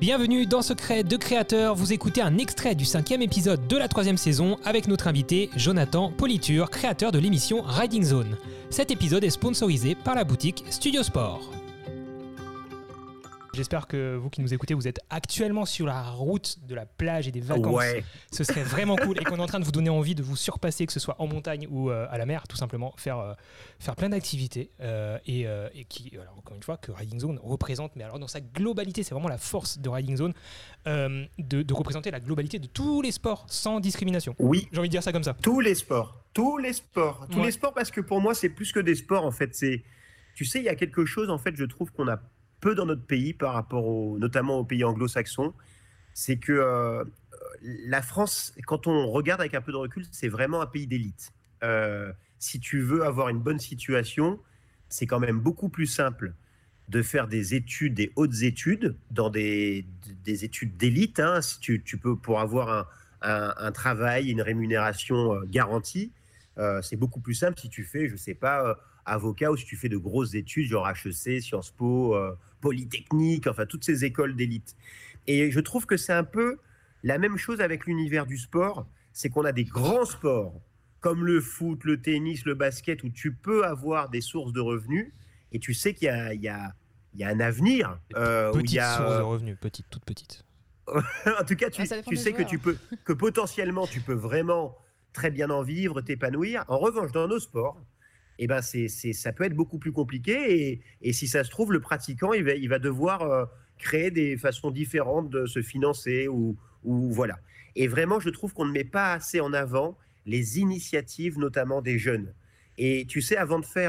Bienvenue dans Secret de Créateur, vous écoutez un extrait du 5e épisode de la 3e saison avec notre invité Jonathan Politure, créateur de l'émission Riding Zone. Cet épisode est sponsorisé par la boutique Studio Sport. J'espère que vous qui nous écoutez, vous êtes actuellement sur la route de la plage et des vacances. Ouais. Ce serait vraiment cool et qu'on est en train de vous donner envie de vous surpasser, que ce soit en montagne ou à la mer, tout simplement, faire plein d'activités et qui, alors, encore une fois, que Riding Zone représente, mais alors dans sa globalité, c'est vraiment la force de Riding Zone, de représenter la globalité de tous les sports sans discrimination. Oui. J'ai envie de dire ça comme ça. Tous les sports, les sports, parce que pour moi, c'est plus que des sports, en fait. Tu sais, il y a quelque chose, en fait, je trouve qu'on a peu dans notre pays par rapport notamment aux pays anglo-saxons, c'est que la France, quand on regarde avec un peu de recul, c'est vraiment un pays d'élite. Si tu veux avoir une bonne situation, c'est quand même beaucoup plus simple de faire des études, des hautes études, dans des études d'élite, hein, si tu peux, pour avoir un travail, une rémunération garantie, c'est beaucoup plus simple si tu fais, je sais pas, avocat, ou si tu fais de grosses études, genre HEC, Sciences Po, Polytechnique, enfin toutes ces écoles d'élite. Et je trouve que c'est un peu la même chose avec l'univers du sport, c'est qu'on a des grands sports, comme le foot, le tennis, le basket, où tu peux avoir des sources de revenus, et tu sais qu'il y a un avenir. Petite source de revenus, toute petite. En tout cas, tu sais que potentiellement, tu peux vraiment très bien en vivre, t'épanouir. En revanche, dans nos sports, eh ben ça peut être beaucoup plus compliqué et si ça se trouve, le pratiquant, il va devoir créer des façons différentes de se financer ou voilà. Et vraiment, je trouve qu'on ne met pas assez en avant les initiatives, notamment des jeunes. Et tu sais, avant de faire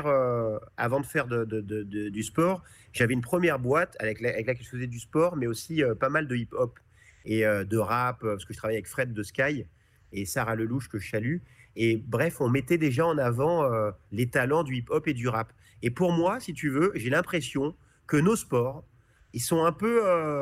du sport, j'avais une première boîte avec laquelle je faisais du sport, mais aussi pas mal de hip-hop et de rap, parce que je travaillais avec Fred de Sky et Sarah Lelouch que je salue. Et bref, on mettait déjà en avant les talents du hip-hop et du rap. Et pour moi, si tu veux, j'ai l'impression que nos sports, c'est un peu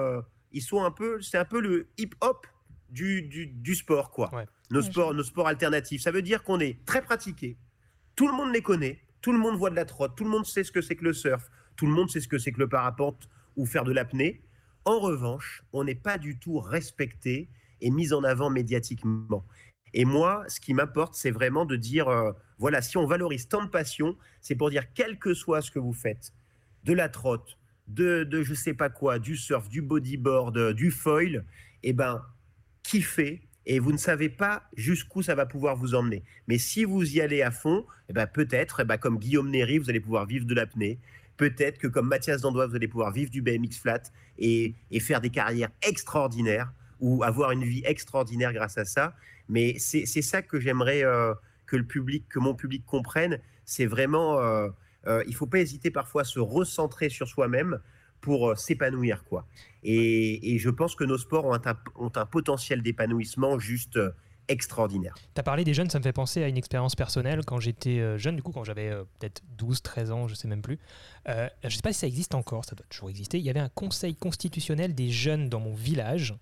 le hip-hop du sport, quoi. Ouais. Nos sports alternatifs. Ça veut dire qu'on est très pratiqué. Tout le monde les connaît. Tout le monde voit de la trotte. Tout le monde sait ce que c'est que le surf. Tout le monde sait ce que c'est que le parapente ou faire de l'apnée. En revanche, on n'est pas du tout respecté et mis en avant médiatiquement. Et moi, ce qui m'importe, c'est vraiment de dire, voilà, si on valorise tant de passion, c'est pour dire, quel que soit ce que vous faites, de la trotte, de je sais pas quoi, du surf, du bodyboard, du foil, eh ben, kiffez, et vous ne savez pas jusqu'où ça va pouvoir vous emmener. Mais si vous y allez à fond, eh ben, peut-être, comme Guillaume Néry, vous allez pouvoir vivre de l'apnée. Peut-être que comme Mathias Dandois, vous allez pouvoir vivre du BMX flat et faire des carrières extraordinaires ou avoir une vie extraordinaire grâce à ça. Mais c'est ça que j'aimerais que mon public comprenne. C'est vraiment, il ne faut pas hésiter parfois à se recentrer sur soi-même pour s'épanouir, quoi. Et je pense que nos sports ont un potentiel d'épanouissement juste extraordinaire. Tu as parlé des jeunes, ça me fait penser à une expérience personnelle. Quand j'étais jeune, du coup, quand j'avais peut-être 12, 13 ans, je ne sais même plus. Je ne sais pas si ça existe encore, ça doit toujours exister. Il y avait un conseil constitutionnel des jeunes dans mon village.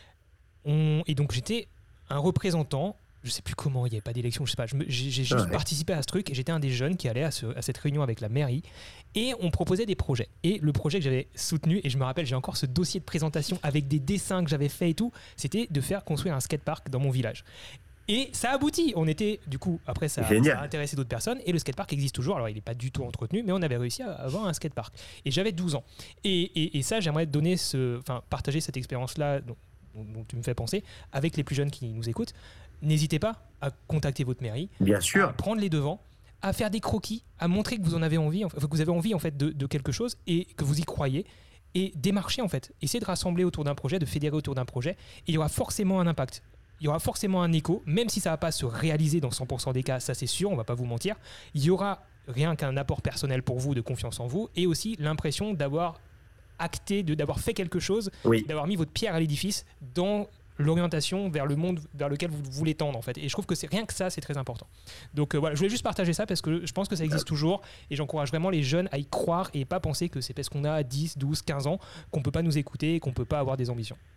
Et donc j'étais un représentant, je sais plus comment, il n'y avait pas d'élection, je sais pas, j'ai juste participé à ce truc et j'étais un des jeunes qui allait à cette réunion avec la mairie et on proposait des projets. Et le projet que j'avais soutenu, et je me rappelle, j'ai encore ce dossier de présentation avec des dessins que j'avais fait et tout, c'était de faire construire un skatepark dans mon village. Et ça aboutit, on était, du coup, après ça a intéressé d'autres personnes et le skatepark existe toujours, alors il n'est pas du tout entretenu, mais on avait réussi à avoir un skatepark. Et j'avais 12 ans. Et ça, j'aimerais partager cette expérience-là, dont tu me fais penser, avec les plus jeunes qui nous écoutent. N'hésitez pas à contacter votre mairie, bien sûr, à prendre les devants, à faire des croquis, à montrer que vous en avez envie, que vous avez envie en fait de quelque chose et que vous y croyez, et démarcher en fait. Essayez de rassembler autour d'un projet, de fédérer autour d'un projet, et il y aura forcément un impact. Il y aura forcément un écho, même si ça ne va pas se réaliser dans 100% des cas, ça c'est sûr, on ne va pas vous mentir. Il y aura rien qu'un apport personnel pour vous, de confiance en vous, et aussi l'impression d'avoir acté, d'avoir fait quelque chose, d'avoir mis votre pierre à l'édifice dans l'orientation vers le monde vers lequel vous voulez tendre en fait. Et je trouve que c'est rien que ça, c'est très important. Donc voilà, je voulais juste partager ça parce que je pense que ça existe toujours et j'encourage vraiment les jeunes à y croire et pas penser que c'est parce qu'on a 10, 12, 15 ans qu'on peut pas nous écouter et qu'on peut pas avoir des ambitions. Voilà.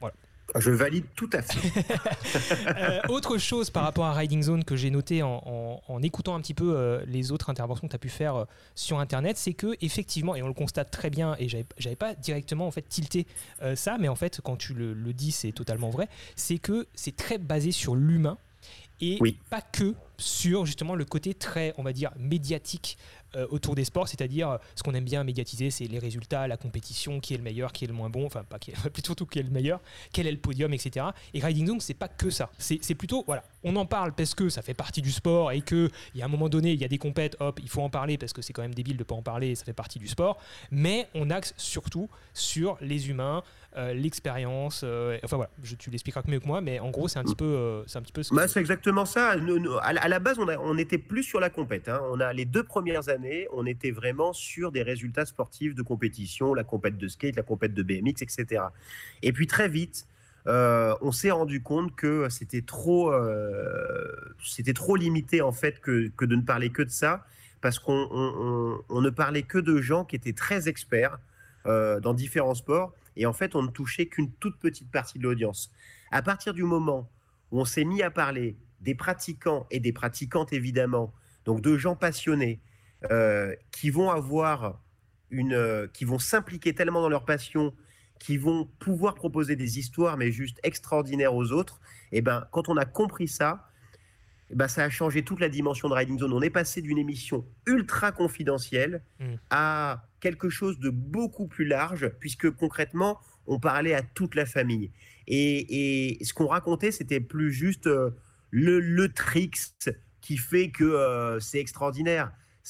Je valide tout à fait. Autre chose par rapport à Riding Zone que j'ai noté en écoutant un petit peu les autres interventions que tu as pu faire sur Internet, c'est que effectivement, et on le constate très bien, et j'avais pas directement en fait tilté ça, mais en fait quand tu le dis, c'est totalement vrai, c'est que c'est très basé sur l'humain et pas que sur justement le côté très, on va dire, médiatique autour des sports, c'est-à-dire ce qu'on aime bien médiatiser, c'est les résultats, la compétition, qui est le meilleur, qui est le moins bon, enfin pas plutôt qui est le meilleur, quel est le podium, etc. Et Riding Zone, c'est pas que ça, c'est plutôt, voilà, on en parle parce que ça fait partie du sport et qu'il y a un moment donné, il y a des compètes, hop, il faut en parler parce que c'est quand même débile de pas en parler, ça fait partie du sport, mais on axe surtout sur les humains, l'expérience, enfin voilà, tu l'expliqueras mieux que moi, mais en gros c'est un petit peu ce que c'est exactement ça. À la base, on était plus sur la compète, hein. Les 2 premières années, on était vraiment sur des résultats sportifs de compétition, la compète de skate, la compète de BMX, etc. Et puis très vite, on s'est rendu compte que c'était trop limité en fait que de ne parler que de ça, parce qu'on ne parlait que de gens qui étaient très experts dans différents sports. Et en fait, on ne touchait qu'une toute petite partie de l'audience. À partir du moment où on s'est mis à parler des pratiquants et des pratiquantes, évidemment, donc de gens passionnés qui vont qui vont s'impliquer tellement dans leur passion, qui vont pouvoir proposer des histoires, mais juste extraordinaires aux autres, et ben, quand on a compris ça, ça a changé toute la dimension de Riding Zone. On est passé d'une émission ultra confidentielle à quelque chose de beaucoup plus large, puisque concrètement, on parlait à toute la famille. Et ce qu'on racontait, c'était plus juste le tricks qui fait que c'est extraordinaire.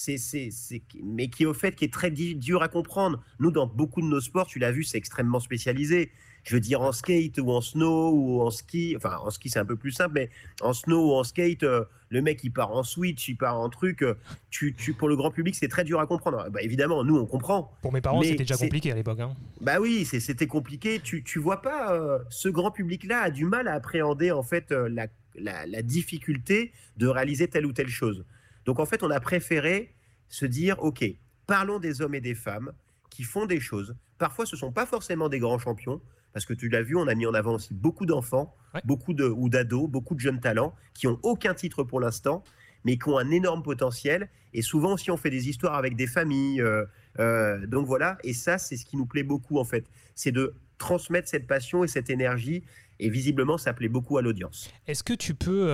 Mais qui, au fait, qui est très dur à comprendre. Nous, dans beaucoup de nos sports, tu l'as vu, c'est extrêmement spécialisé. Je veux dire, en skate ou en snow ou en ski, enfin en ski c'est un peu plus simple, mais en snow ou en skate, le mec il part en switch, il part en truc, pour le grand public c'est très dur à comprendre. Évidemment, nous on comprend. Pour mes parents c'était déjà compliqué à l'époque. Hein. Oui, c'était compliqué. Tu vois pas, ce grand public-là a du mal à appréhender en fait la difficulté de réaliser telle ou telle chose. Donc en fait on a préféré se dire, ok, parlons des hommes et des femmes qui font des choses. Parfois ce ne sont pas forcément des grands champions, parce que tu l'as vu, on a mis en avant aussi beaucoup d'enfants, ou d'ados, beaucoup de jeunes talents qui n'ont aucun titre pour l'instant, mais qui ont un énorme potentiel. Et souvent aussi, on fait des histoires avec des familles. Donc voilà, et ça, c'est ce qui nous plaît beaucoup en fait. C'est de transmettre cette passion et cette énergie. Et visiblement, ça plaît beaucoup à l'audience. Est-ce que tu peux...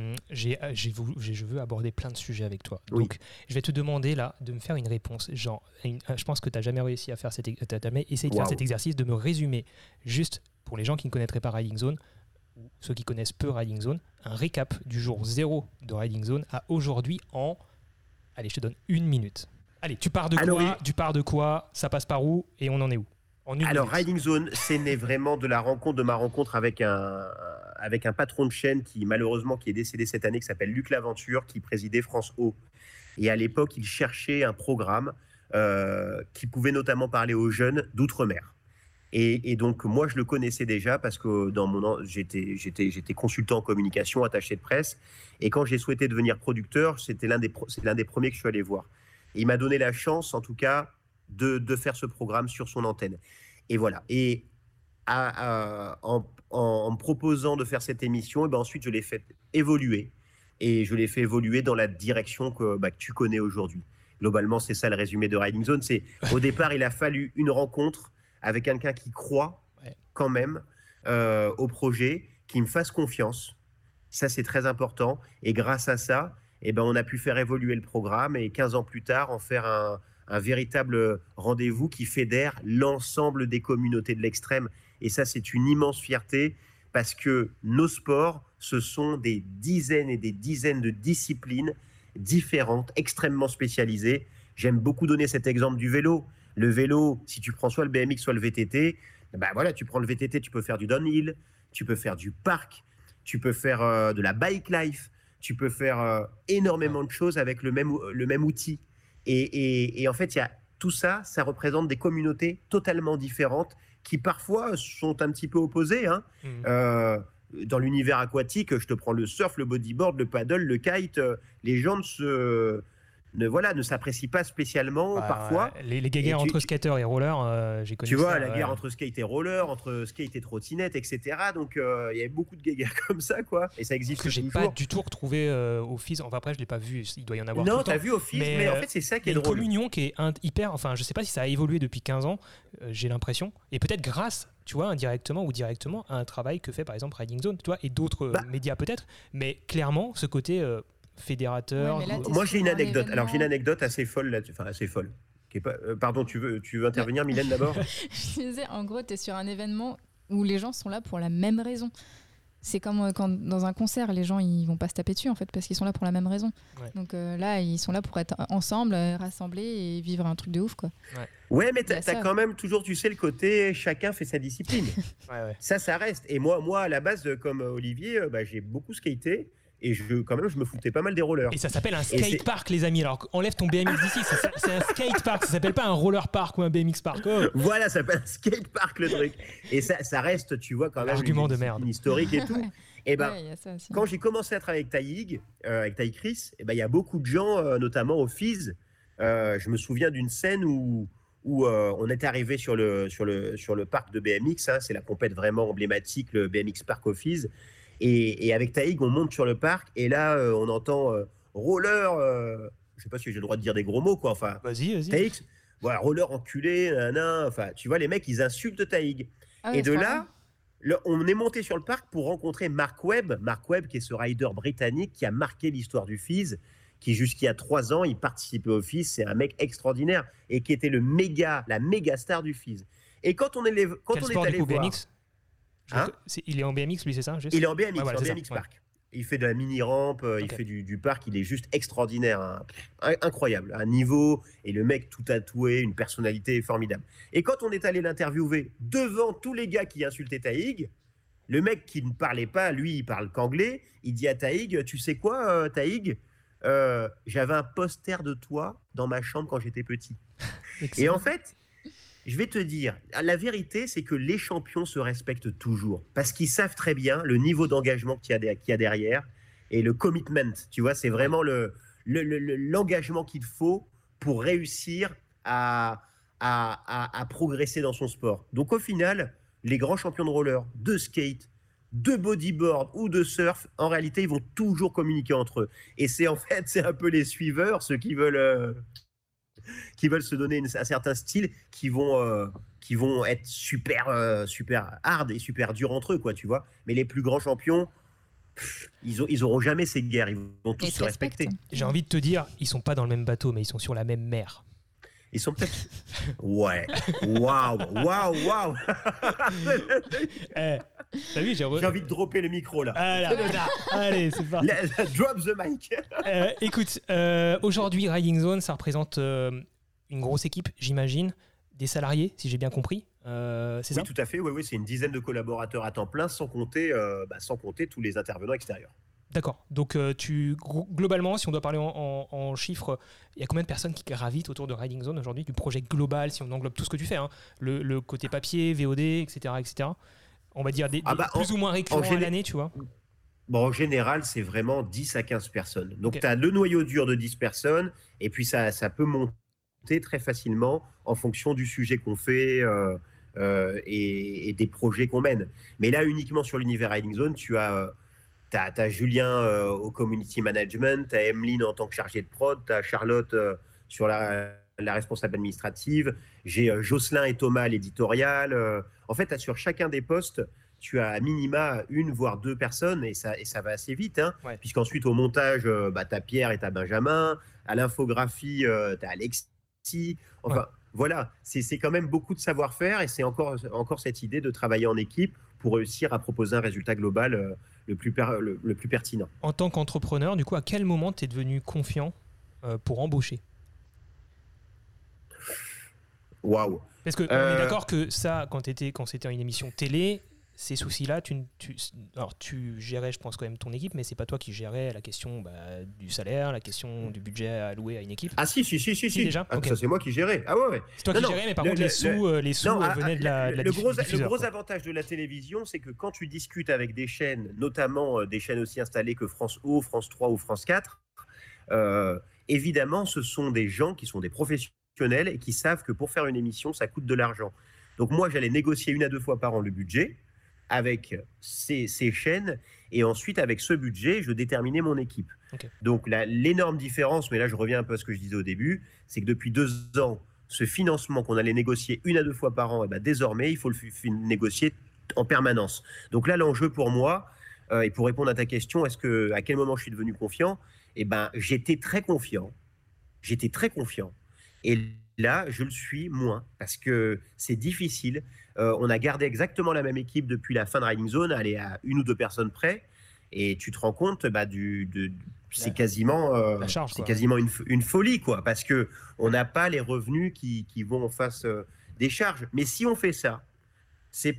je veux aborder plein de sujets avec toi. Oui. Donc, je vais te demander là de me faire une réponse. Genre, je pense que tu n'as jamais réussi à faire t'as jamais essayé de faire cet exercice, de me résumer, juste pour les gens qui ne connaîtraient pas Riding Zone, ou ceux qui connaissent peu Riding Zone, un récap du jour 0 de Riding Zone à aujourd'hui en... Allez, je te donne 1 minute. Allez, tu pars de quoi, ça passe par où et on en est où? Alors, Riding Zone, c'est né vraiment de ma rencontre avec un patron de chaîne qui est décédé cette année, qui s'appelle Luc Laventure, qui présidait France O. Et à l'époque, il cherchait un programme qui pouvait notamment parler aux jeunes d'outre-mer. Et donc, moi, je le connaissais déjà parce que j'étais consultant en communication, attaché de presse. Et quand j'ai souhaité devenir producteur, c'est l'un des premiers que je suis allé voir. Et il m'a donné la chance, en tout cas, de faire ce programme sur son antenne. Et voilà. Et en me proposant de faire cette émission, et ensuite, je l'ai fait évoluer. Et je l'ai fait évoluer dans la direction que tu connais aujourd'hui. Globalement, c'est ça le résumé de Riding Zone. Au départ, il a fallu une rencontre avec quelqu'un qui croit quand même au projet, qui me fasse confiance. Ça, c'est très important. Et grâce à ça, on a pu faire évoluer le programme et 15 ans plus tard, en faire un véritable rendez-vous qui fédère l'ensemble des communautés de l'extrême. Et ça, c'est une immense fierté parce que nos sports, ce sont des dizaines et des dizaines de disciplines différentes, extrêmement spécialisées. J'aime beaucoup donner cet exemple du vélo. Le vélo, si tu prends soit le BMX, soit le VTT, tu prends le VTT, tu peux faire du downhill, tu peux faire du parc, tu peux faire de la bike life, tu peux faire énormément de choses avec le même outil. Et en fait, tout ça, ça représente des communautés totalement différentes qui parfois sont un petit peu opposées. Hein. Dans l'univers aquatique, je te prends le surf, le bodyboard, le paddle, le kite. Les gens ne s'apprécient pas spécialement parfois. Les guéguerres entre skateurs et rollers, j'ai connu ça. Tu vois, la guerre entre skate et roller, entre skate et trottinette, etc. Donc il y avait beaucoup de guéguerres comme ça, quoi. Et ça existe que j'ai toujours. pas du tout retrouvé au FIS. Enfin après, je l'ai pas vu. Il doit y en avoir. Non, tout le temps. T'as vu au FIS, mais en fait c'est ça qui est drôle. Une communion qui est hyper. Enfin, je sais pas si ça a évolué depuis 15 ans. J'ai l'impression, et peut-être grâce, tu vois, indirectement ou directement, à un travail que fait par exemple Riding Zone, tu vois, et d'autres médias peut-être. Mais clairement, ce côté fédérateur. Moi j'ai une anecdote. Événement... Alors j'ai une anecdote assez folle là-dessus. Enfin assez folle. Qui est pas... pardon, tu veux intervenir, Mylène, d'abord? Je disais, en gros, tu es sur un événement où les gens sont là pour la même raison. C'est comme quand dans un concert, les gens ils vont pas se taper dessus en fait parce qu'ils sont là pour la même raison. Ouais. Donc là, ils sont là pour être ensemble, rassemblés et vivre un truc de ouf, quoi. Ouais, mais t'as quand même toujours, tu sais, le côté chacun fait sa discipline. Ça reste. Et moi à la base, comme Olivier, j'ai beaucoup skaté. Et quand même, je me foutais pas mal des rollers. Et ça s'appelle un skatepark, les amis. Alors, enlève ton BMX d'ici. C'est un skatepark. Ça s'appelle pas un roller park ou un BMX park. Oh. Voilà, ça s'appelle un skatepark, le truc. Et ça reste, tu vois, quand même. Argument de merde. Historique et tout. Et quand j'ai commencé à travailler avec Taïg, avec Taïg Chris, il y a beaucoup de gens, notamment au FIS. Je me souviens d'une scène où on est arrivé sur le parc de BMX. Hein, c'est la compète vraiment emblématique, le BMX Park au FIS. Et avec Taïg, on monte sur le parc et là, on entend roller. Je sais pas si j'ai le droit de dire des gros mots, quoi. Enfin, vas-y. Taïg, voilà, roller enculé, nanana. Enfin, tu vois, les mecs, ils insultent Taïg. Et de là, on est monté sur le parc pour rencontrer Mark Webb. Mark Webb, qui est ce rider britannique qui a marqué l'histoire du FIS, qui jusqu'il y a 3 ans, il participait au FIS. C'est un mec extraordinaire et qui était la méga star du FIS. Et quand on est allé voir. BMX il est en BMX, lui, c'est ça juste. Il est en BMX, en BMX Park. Ouais. Il fait de la mini-rampe, il fait du parc, il est juste extraordinaire, hein. Incroyable, un niveau, et le mec tout tatoué, une personnalité formidable. Et quand on est allé l'interviewer devant tous les gars qui insultaient Taïg, le mec qui ne parlait pas, lui, il parle qu'anglais, il dit à Taïg, tu sais quoi, Taïg, j'avais un poster de toi dans ma chambre quand j'étais petit. Et en fait... Je vais te dire, la vérité, c'est que les champions se respectent toujours parce qu'ils savent très bien le niveau d'engagement qu'il y a derrière et le commitment. Tu vois, c'est vraiment l'engagement qu'il faut pour réussir à progresser dans son sport. Donc, au final, les grands champions de roller, de skate, de bodyboard ou de surf, en réalité, ils vont toujours communiquer entre eux. Et c'est un peu les suiveurs, ceux qui veulent se donner un certain style, qui vont être super hard et super durs entre eux, quoi, tu vois. Mais les plus grands champions, ils auront jamais ces guerres, ils vont tous se respecter. J'ai envie de te dire, ils sont pas dans le même bateau, mais ils sont sur la même mer. Ils sont peut-être... Ouais. Waouh. T'as vu, j'ai envie de dropper le micro, là. Allez, c'est parti. Drop the mic. Écoute, aujourd'hui, Riding Zone, ça représente une grosse équipe, j'imagine. Des salariés, si j'ai bien compris. C'est ça ? Oui, tout à fait. Oui, c'est une dizaine de collaborateurs à temps plein, sans compter tous les intervenants extérieurs. D'accord. Donc, globalement, si on doit parler en chiffres, il y a combien de personnes qui gravitent autour de Riding Zone aujourd'hui, du projet global, si on englobe tout ce que tu fais, hein, le côté papier, VOD, etc. On va dire plus ou moins récurrents à l'année, tu vois. Bon, en général, c'est vraiment 10 à 15 personnes. Donc, tu as le noyau dur de 10 personnes, et puis ça peut monter très facilement en fonction du sujet qu'on fait et des projets qu'on mène. Mais là, uniquement sur l'univers Riding Zone, tu as... T'as Julien au community management, t'as Emeline en tant que chargée de prod, t'as Charlotte sur la responsable administrative, j'ai Jocelyn et Thomas à l'éditorial. En fait, sur chacun des postes, tu as à minima 1 voire 2 personnes et ça va assez vite. Hein, puisqu'ensuite, au montage, t'as Pierre et t'as Benjamin. À l'infographie, t'as Alexis. Enfin, voilà, c'est quand même beaucoup de savoir-faire et c'est encore cette idée de travailler en équipe pour réussir à proposer un résultat global le plus pertinent. En tant qu'entrepreneur, du coup, à quel moment tu es devenu confiant pour embaucher ? Waouh. Parce qu'on est d'accord que ça, quand c'était une émission télé, ces soucis-là, tu gérais, je pense, quand même ton équipe, mais c'est pas toi qui gérais la question du salaire, la question du budget alloué à une équipe. Ah si. Déjà Ça, c'est moi qui gérais. Ah ouais. C'est toi qui gérais, mais par contre, les sous venaient de la diffusion. Le gros avantage de la télévision, c'est que quand tu discutes avec des chaînes, notamment des chaînes aussi installées que France O, France 3 ou France 4, évidemment, ce sont des gens qui sont des professionnels et qui savent que pour faire une émission, ça coûte de l'argent. Donc moi, j'allais négocier 1 à 2 fois par an le budget avec ces chaînes, et ensuite, avec ce budget, je déterminais mon équipe. Okay. Donc l'énorme différence, mais là je reviens un peu à ce que je disais au début, c'est que depuis 2 ans, ce financement qu'on allait négocier 1 à 2 fois par an, et ben désormais, il faut le négocier en permanence. Donc là, l'enjeu pour moi, et pour répondre à ta question, à quel moment je suis devenu confiant ? Eh ben, j'étais très confiant. Et là, je le suis moins, parce que c'est difficile. On a gardé exactement la même équipe depuis la fin de Riding Zone, elle est à 1 ou 2 personnes près. Et tu te rends compte, c'est quasiment, une folie, quoi, parce que on n'a pas les revenus qui vont en face des charges. Mais si on fait ça, c'est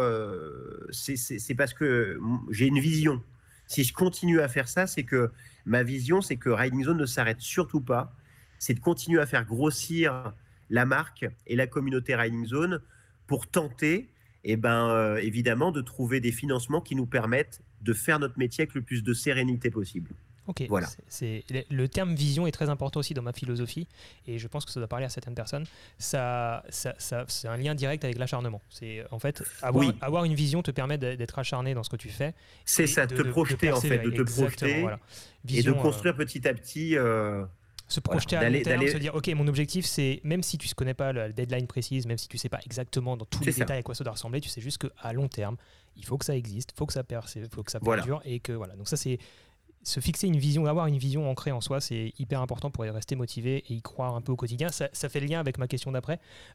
parce que j'ai une vision. Si je continue à faire ça, c'est que ma vision, c'est que Riding Zone ne s'arrête surtout pas. C'est de continuer à faire grossir la marque et la communauté Riding Zone pour tenter, évidemment, de trouver des financements qui nous permettent de faire notre métier avec le plus de sérénité possible. Ok, voilà. Le terme vision est très important aussi dans ma philosophie, et je pense que ça doit parler à certaines personnes. C'est un lien direct avec l'acharnement. C'est en fait avoir une vision te permet d'être acharné dans ce que tu fais. C'est ça, de te projeter, voilà. Vision, et de construire petit à petit. Se projeter à long terme, se dire ok, mon objectif c'est, même si tu ne connais pas la deadline précise, même si tu ne sais pas exactement dans tous les détails à quoi ça doit ressembler, tu sais juste qu'à long terme, il faut que ça existe, il faut que ça perdure, et que voilà. Donc ça, c'est se fixer une vision, avoir une vision ancrée en soi, c'est hyper important pour rester motivé et y croire un peu au quotidien. Ça fait le lien avec ma question d'après.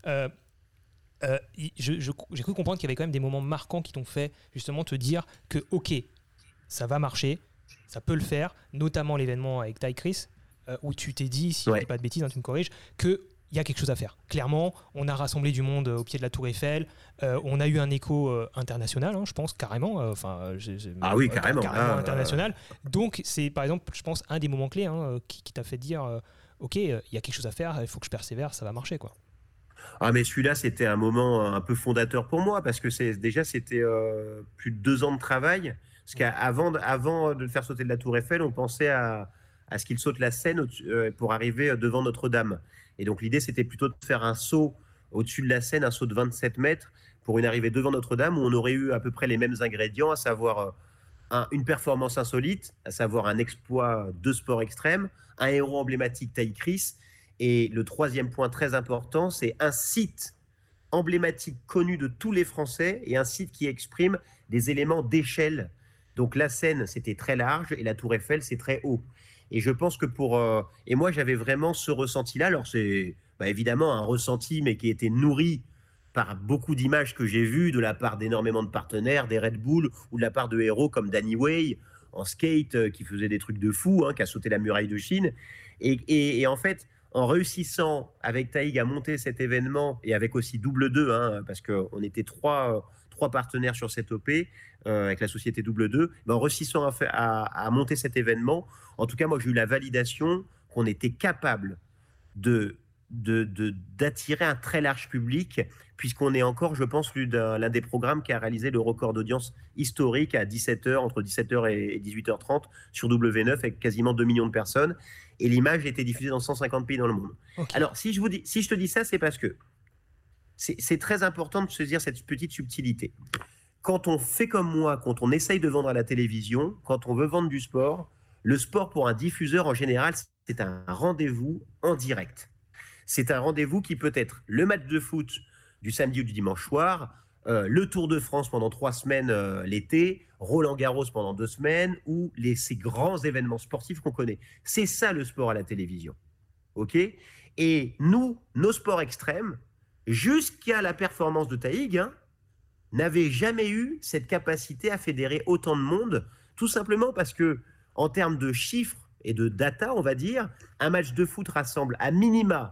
J'ai cru comprendre qu'il y avait quand même des moments marquants qui t'ont fait justement te dire que ok, ça va marcher, ça peut le faire, notamment l'événement avec Ty Chris, où tu t'es dit, si je ne dis pas de bêtises, tu me corriges, qu'il y a quelque chose à faire. Clairement, on a rassemblé du monde au pied de la Tour Eiffel, on a eu un écho international, je pense, carrément. Carrément. International. Donc, c'est par exemple, je pense, un des moments clés qui t'a fait dire ok, il y a quelque chose à faire, il faut que je persévère, ça va marcher, quoi. Ah, mais celui-là, c'était un moment un peu fondateur pour moi, parce que c'était plus de 2 ans de travail. Parce qu'avant de le faire sauter de la Tour Eiffel, on pensait à ce qu'il saute la Seine pour arriver devant Notre-Dame. Et donc l'idée, c'était plutôt de faire un saut au-dessus de la Seine, un saut de 27 mètres pour une arrivée devant Notre-Dame, où on aurait eu à peu près les mêmes ingrédients, à savoir une performance insolite, à savoir un exploit de sport extrême, un héros emblématique, Ty Chris, et le 3e point très important, c'est un site emblématique connu de tous les Français et un site qui exprime des éléments d'échelle. Donc la Seine, c'était très large, et la Tour Eiffel, c'est très haut. Et je pense que et moi, j'avais vraiment ce ressenti-là. Alors, c'est évidemment un ressenti, mais qui était nourri par beaucoup d'images que j'ai vues de la part d'énormément de partenaires, des Red Bull, ou de la part de héros comme Danny Way, en skate, qui faisait des trucs de fou, qui a sauté la muraille de Chine. Et en fait, en réussissant avec Taïg à monter cet événement, et avec aussi Double 2, parce qu'on était trois partenaires sur cette OP, avec la société Double 2, en réussissant à monter cet événement, en tout cas, moi, j'ai eu la validation qu'on était capable d'attirer un très large public, puisqu'on est encore, je pense, l'un des programmes qui a réalisé le record d'audience historique à 17h, entre 17h et 18h30 sur W9, avec quasiment 2 millions de personnes. Et l'image a été diffusée dans 150 pays dans le monde. Okay. Alors, si je te dis ça, c'est parce que c'est très important de se dire cette petite subtilité. Quand on fait comme moi, quand on essaye de vendre à la télévision, quand on veut vendre du sport, le sport pour un diffuseur, en général, c'est un rendez-vous en direct. C'est un rendez-vous qui peut être le match de foot du samedi ou du dimanche soir, le Tour de France pendant 3 semaines l'été, Roland-Garros pendant 2 semaines, ou ces grands événements sportifs qu'on connaît. C'est ça le sport à la télévision. Okay ? Et nous, nos sports extrêmes, jusqu'à la performance de Taïg, n'avaient jamais eu cette capacité à fédérer autant de monde, tout simplement parce que, en termes de chiffres et de data, on va dire, un match de foot rassemble à minima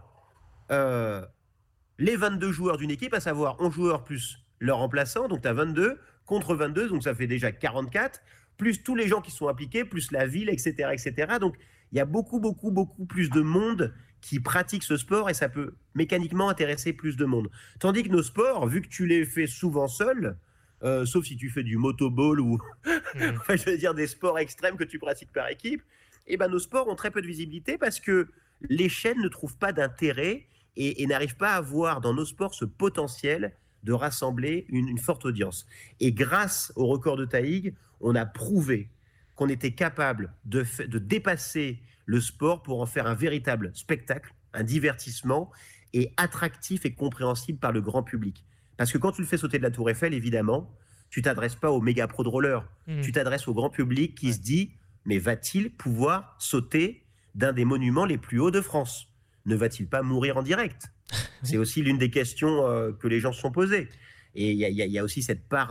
les 22 joueurs d'une équipe, à savoir 11 joueurs plus leurs remplaçants, donc tu as 22, contre 22, donc ça fait déjà 44, plus tous les gens qui sont impliqués, plus la ville, etc. etc. Donc il y a beaucoup plus de monde qui pratique ce sport, et ça peut mécaniquement intéresser plus de monde. Tandis que nos sports, vu que tu les fais souvent seul, sauf si tu fais du motoball ou je veux dire des sports extrêmes que tu pratiques par équipe, nos sports ont très peu de visibilité parce que les chaînes ne trouvent pas d'intérêt et n'arrivent pas à voir dans nos sports ce potentiel de rassembler une forte audience. Et grâce au record de Taïg, on a prouvé qu'on était capable de dépasser le sport pour en faire un véritable spectacle, un divertissement, et attractif et compréhensible par le grand public. Parce que quand tu le fais sauter de la Tour Eiffel, évidemment, tu ne t'adresses pas aux méga pros de roller. Tu t'adresses au grand public qui se dit « Mais va-t-il pouvoir sauter d'un des monuments les plus hauts de France ? Ne va-t-il pas mourir en direct ?» C'est aussi l'une des questions que les gens se sont posées. Et il y a aussi cette part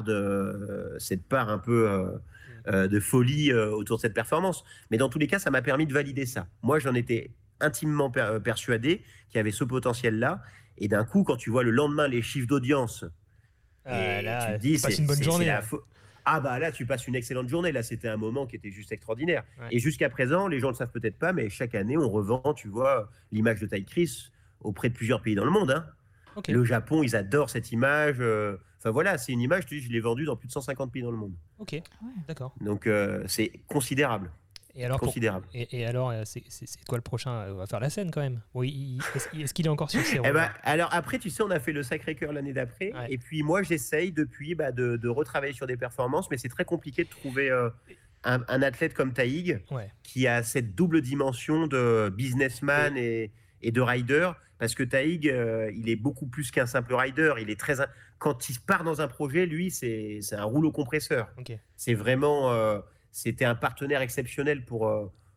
un peu de folie autour de cette performance. Mais dans tous les cas, ça m'a permis de valider ça. Moi, j'en étais intimement persuadé qu'il y avait ce potentiel-là. Et d'un coup, quand tu vois le lendemain les chiffres d'audience, là, tu te dis, c'est une bonne journée. Là, tu passes une excellente journée. Là, c'était un moment qui était juste extraordinaire. Ouais. Et jusqu'à présent, les gens ne le savent peut-être pas, mais chaque année, on revend, tu vois, l'image de Ty Chris auprès de plusieurs pays dans le monde. Hein. Okay. Le Japon, ils adorent cette image. Enfin voilà, c'est une image, je l'ai vendue dans plus de 150 pays dans le monde. Ok, d'accord. Donc, c'est considérable. Et alors, et alors, c'est quoi le prochain ? On va faire la scène quand même. Oui, est-ce qu'il est encore sur ses rôles ? Alors après, tu sais, on a fait le Sacré-Cœur l'année d'après. Ouais. Et puis moi, j'essaye depuis de retravailler sur des performances, mais c'est très compliqué de trouver un athlète comme Taïg qui a cette double dimension de businessman et de rider. Parce que Taïg, il est beaucoup plus qu'un simple rider. Il est quand il part dans un projet, lui, c'est un rouleau compresseur. Okay. C'est vraiment... C'était un partenaire exceptionnel pour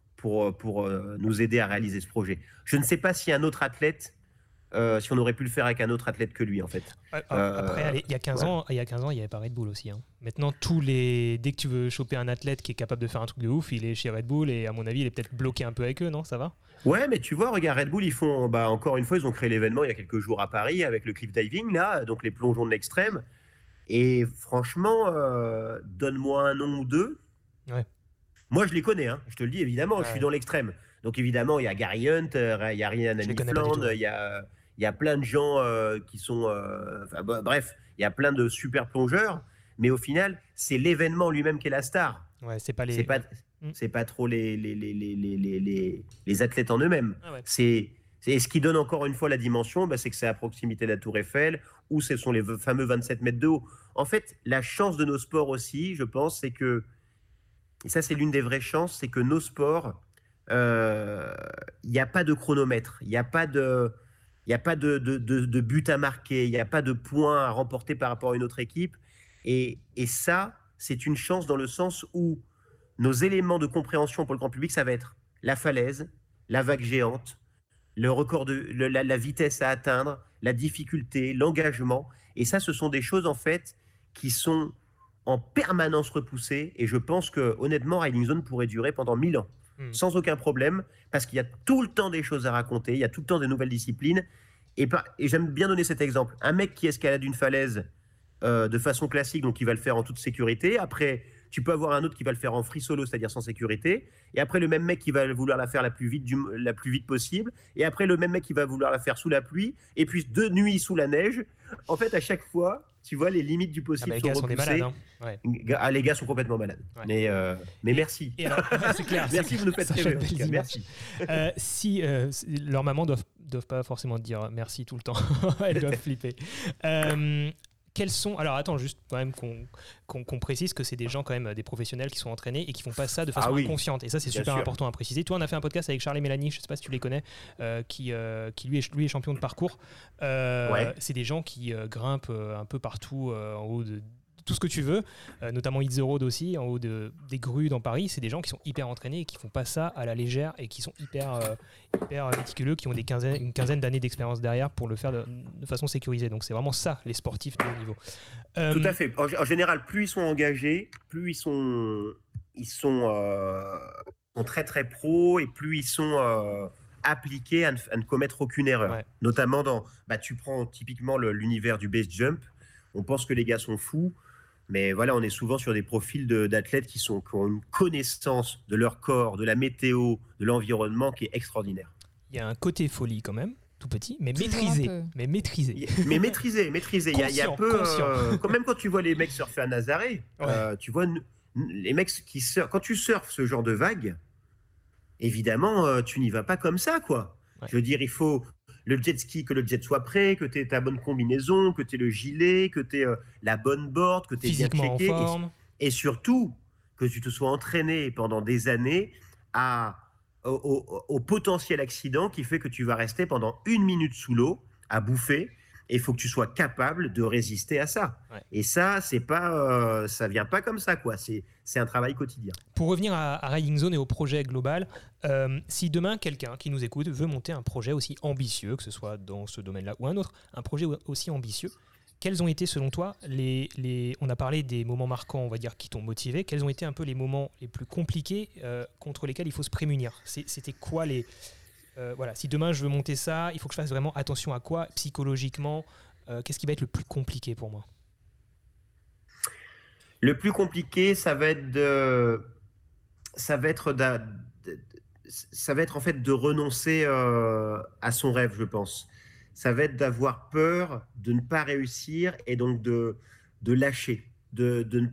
nous aider à réaliser ce projet. Je ne sais pas si un autre athlète, si on aurait pu le faire avec un autre athlète que lui, en fait. Après, il y a 15 ans, il n'y avait pas Red Bull aussi. Hein. Maintenant, dès que tu veux choper un athlète qui est capable de faire un truc de ouf, il est chez Red Bull et à mon avis, il est peut-être bloqué un peu avec eux, non ? Ça va ? Ouais, mais tu vois, regarde, Red Bull, ils font, encore une fois, ils ont créé l'événement il y a quelques jours à Paris avec le cliff diving, là, donc les plongeons de l'extrême. Et franchement, donne-moi un nom ou deux. Ouais. Moi, je les connais, hein. Je te le dis, évidemment, je suis dans l'extrême. Donc, évidemment, il y a Gary Hunt, il y a Ryan Hanifland, il y a plein de gens qui sont... bref, il y a plein de super plongeurs, mais au final, c'est l'événement lui-même qui est la star. Ouais, c'est pas trop les athlètes en eux-mêmes. Ah ouais. C'est ce qui donne encore une fois la dimension, c'est que c'est à proximité de la Tour Eiffel, ou ce sont les fameux 27 mètres de haut. En fait, la chance de nos sports aussi, je pense, c'est que et ça, c'est l'une des vraies chances, c'est que nos sports, il n'y a pas de chronomètre, il n'y a pas de but à marquer, il n'y a pas de points à remporter par rapport à une autre équipe. Et ça, c'est une chance dans le sens où nos éléments de compréhension pour le grand public, ça va être la falaise, la vague géante, le record la vitesse à atteindre, la difficulté, l'engagement. Et ça, ce sont des choses, en fait, qui sont en permanence repoussé, et je pense que honnêtement Riding Zone pourrait durer pendant 1000 ans sans aucun problème, parce qu'il y a tout le temps des choses à raconter, il y a tout le temps des nouvelles disciplines, et j'aime bien donner cet exemple. Un mec qui escalade une falaise de façon classique, donc il va le faire en toute sécurité. Après, tu peux avoir un autre qui va le faire en free solo, c'est-à-dire sans sécurité, et après le même mec qui va vouloir la faire la plus vite possible, et après le même mec qui va vouloir la faire sous la pluie, et puis de nuit sous la neige. En fait, à chaque fois, tu vois, les limites du possible sont repoussées. Les gars sont des malades, hein. Ouais. Les gars sont complètement malades. Ouais. Mais merci. C'est clair. Merci, vous nous faites rêver. Merci. Si leurs mamans doivent pas forcément dire merci tout le temps. Elles doivent flipper. Quels sont... Alors attends, juste quand même qu'on précise que c'est des gens quand même, des professionnels qui sont entraînés et qui font pas ça de façon inconsciente. Et ça, c'est super important à préciser. Toi, on a fait un podcast avec Charles et Mélanie, je sais pas si tu les connais, qui lui est champion de parcours. C'est des gens qui grimpent un peu partout en haut de tout ce que tu veux, notamment Hit the Road aussi, en haut des grues dans Paris. C'est des gens qui sont hyper entraînés et qui font pas ça à la légère et qui sont hyper méticuleux, qui ont une quinzaine d'années d'expérience derrière pour le faire de façon sécurisée. Donc c'est vraiment ça, les sportifs de haut niveau. Tout à fait. En général, plus ils sont engagés, plus ils sont très très pros, et plus ils sont appliqués à ne commettre aucune erreur. Ouais. Notamment tu prends typiquement l'univers du base jump. On pense que les gars sont fous. Mais voilà, on est souvent sur des profils d'athlètes qui ont une connaissance de leur corps, de la météo, de l'environnement qui est extraordinaire. Il y a un côté folie quand même, tout petit, mais maîtrisé. Mais maîtrisé. Mais maîtrisé. Il y a peu. Quand même, quand tu vois les mecs surfer à Nazaré, tu vois les mecs qui surfent. Quand tu surfes ce genre de vague, évidemment, tu n'y vas pas comme ça, quoi. Ouais. Je veux dire, il faut le jet ski, que le jet soit prêt, que tu aies ta bonne combinaison, que tu aies le gilet, que tu aies la bonne board, que tu aies bien checké. Et surtout, que tu te sois entraîné pendant des années au potentiel accident qui fait que tu vas rester pendant 1 minute sous l'eau à bouffer. Et il faut que tu sois capable de résister à ça. Ouais. Et ça, c'est pas, ça vient pas comme ça, quoi. C'est un travail quotidien. Pour revenir à Riding Zone et au projet global, si demain quelqu'un qui nous écoute veut monter un projet aussi ambitieux, que ce soit dans ce domaine-là ou un autre, un projet aussi ambitieux, quels ont été selon toi on a parlé des moments marquants, on va dire, qui t'ont motivé. Quels ont été un peu les moments les plus compliqués contre lesquels il faut se prémunir ? C'était quoi les... voilà, si demain je veux monter ça, il faut que je fasse vraiment attention à quoi psychologiquement, qu'est-ce qui va être le plus compliqué pour moi ? Le plus compliqué, ça va être en fait de renoncer à son rêve, je pense. Ça va être d'avoir peur de ne pas réussir et donc de lâcher, de ne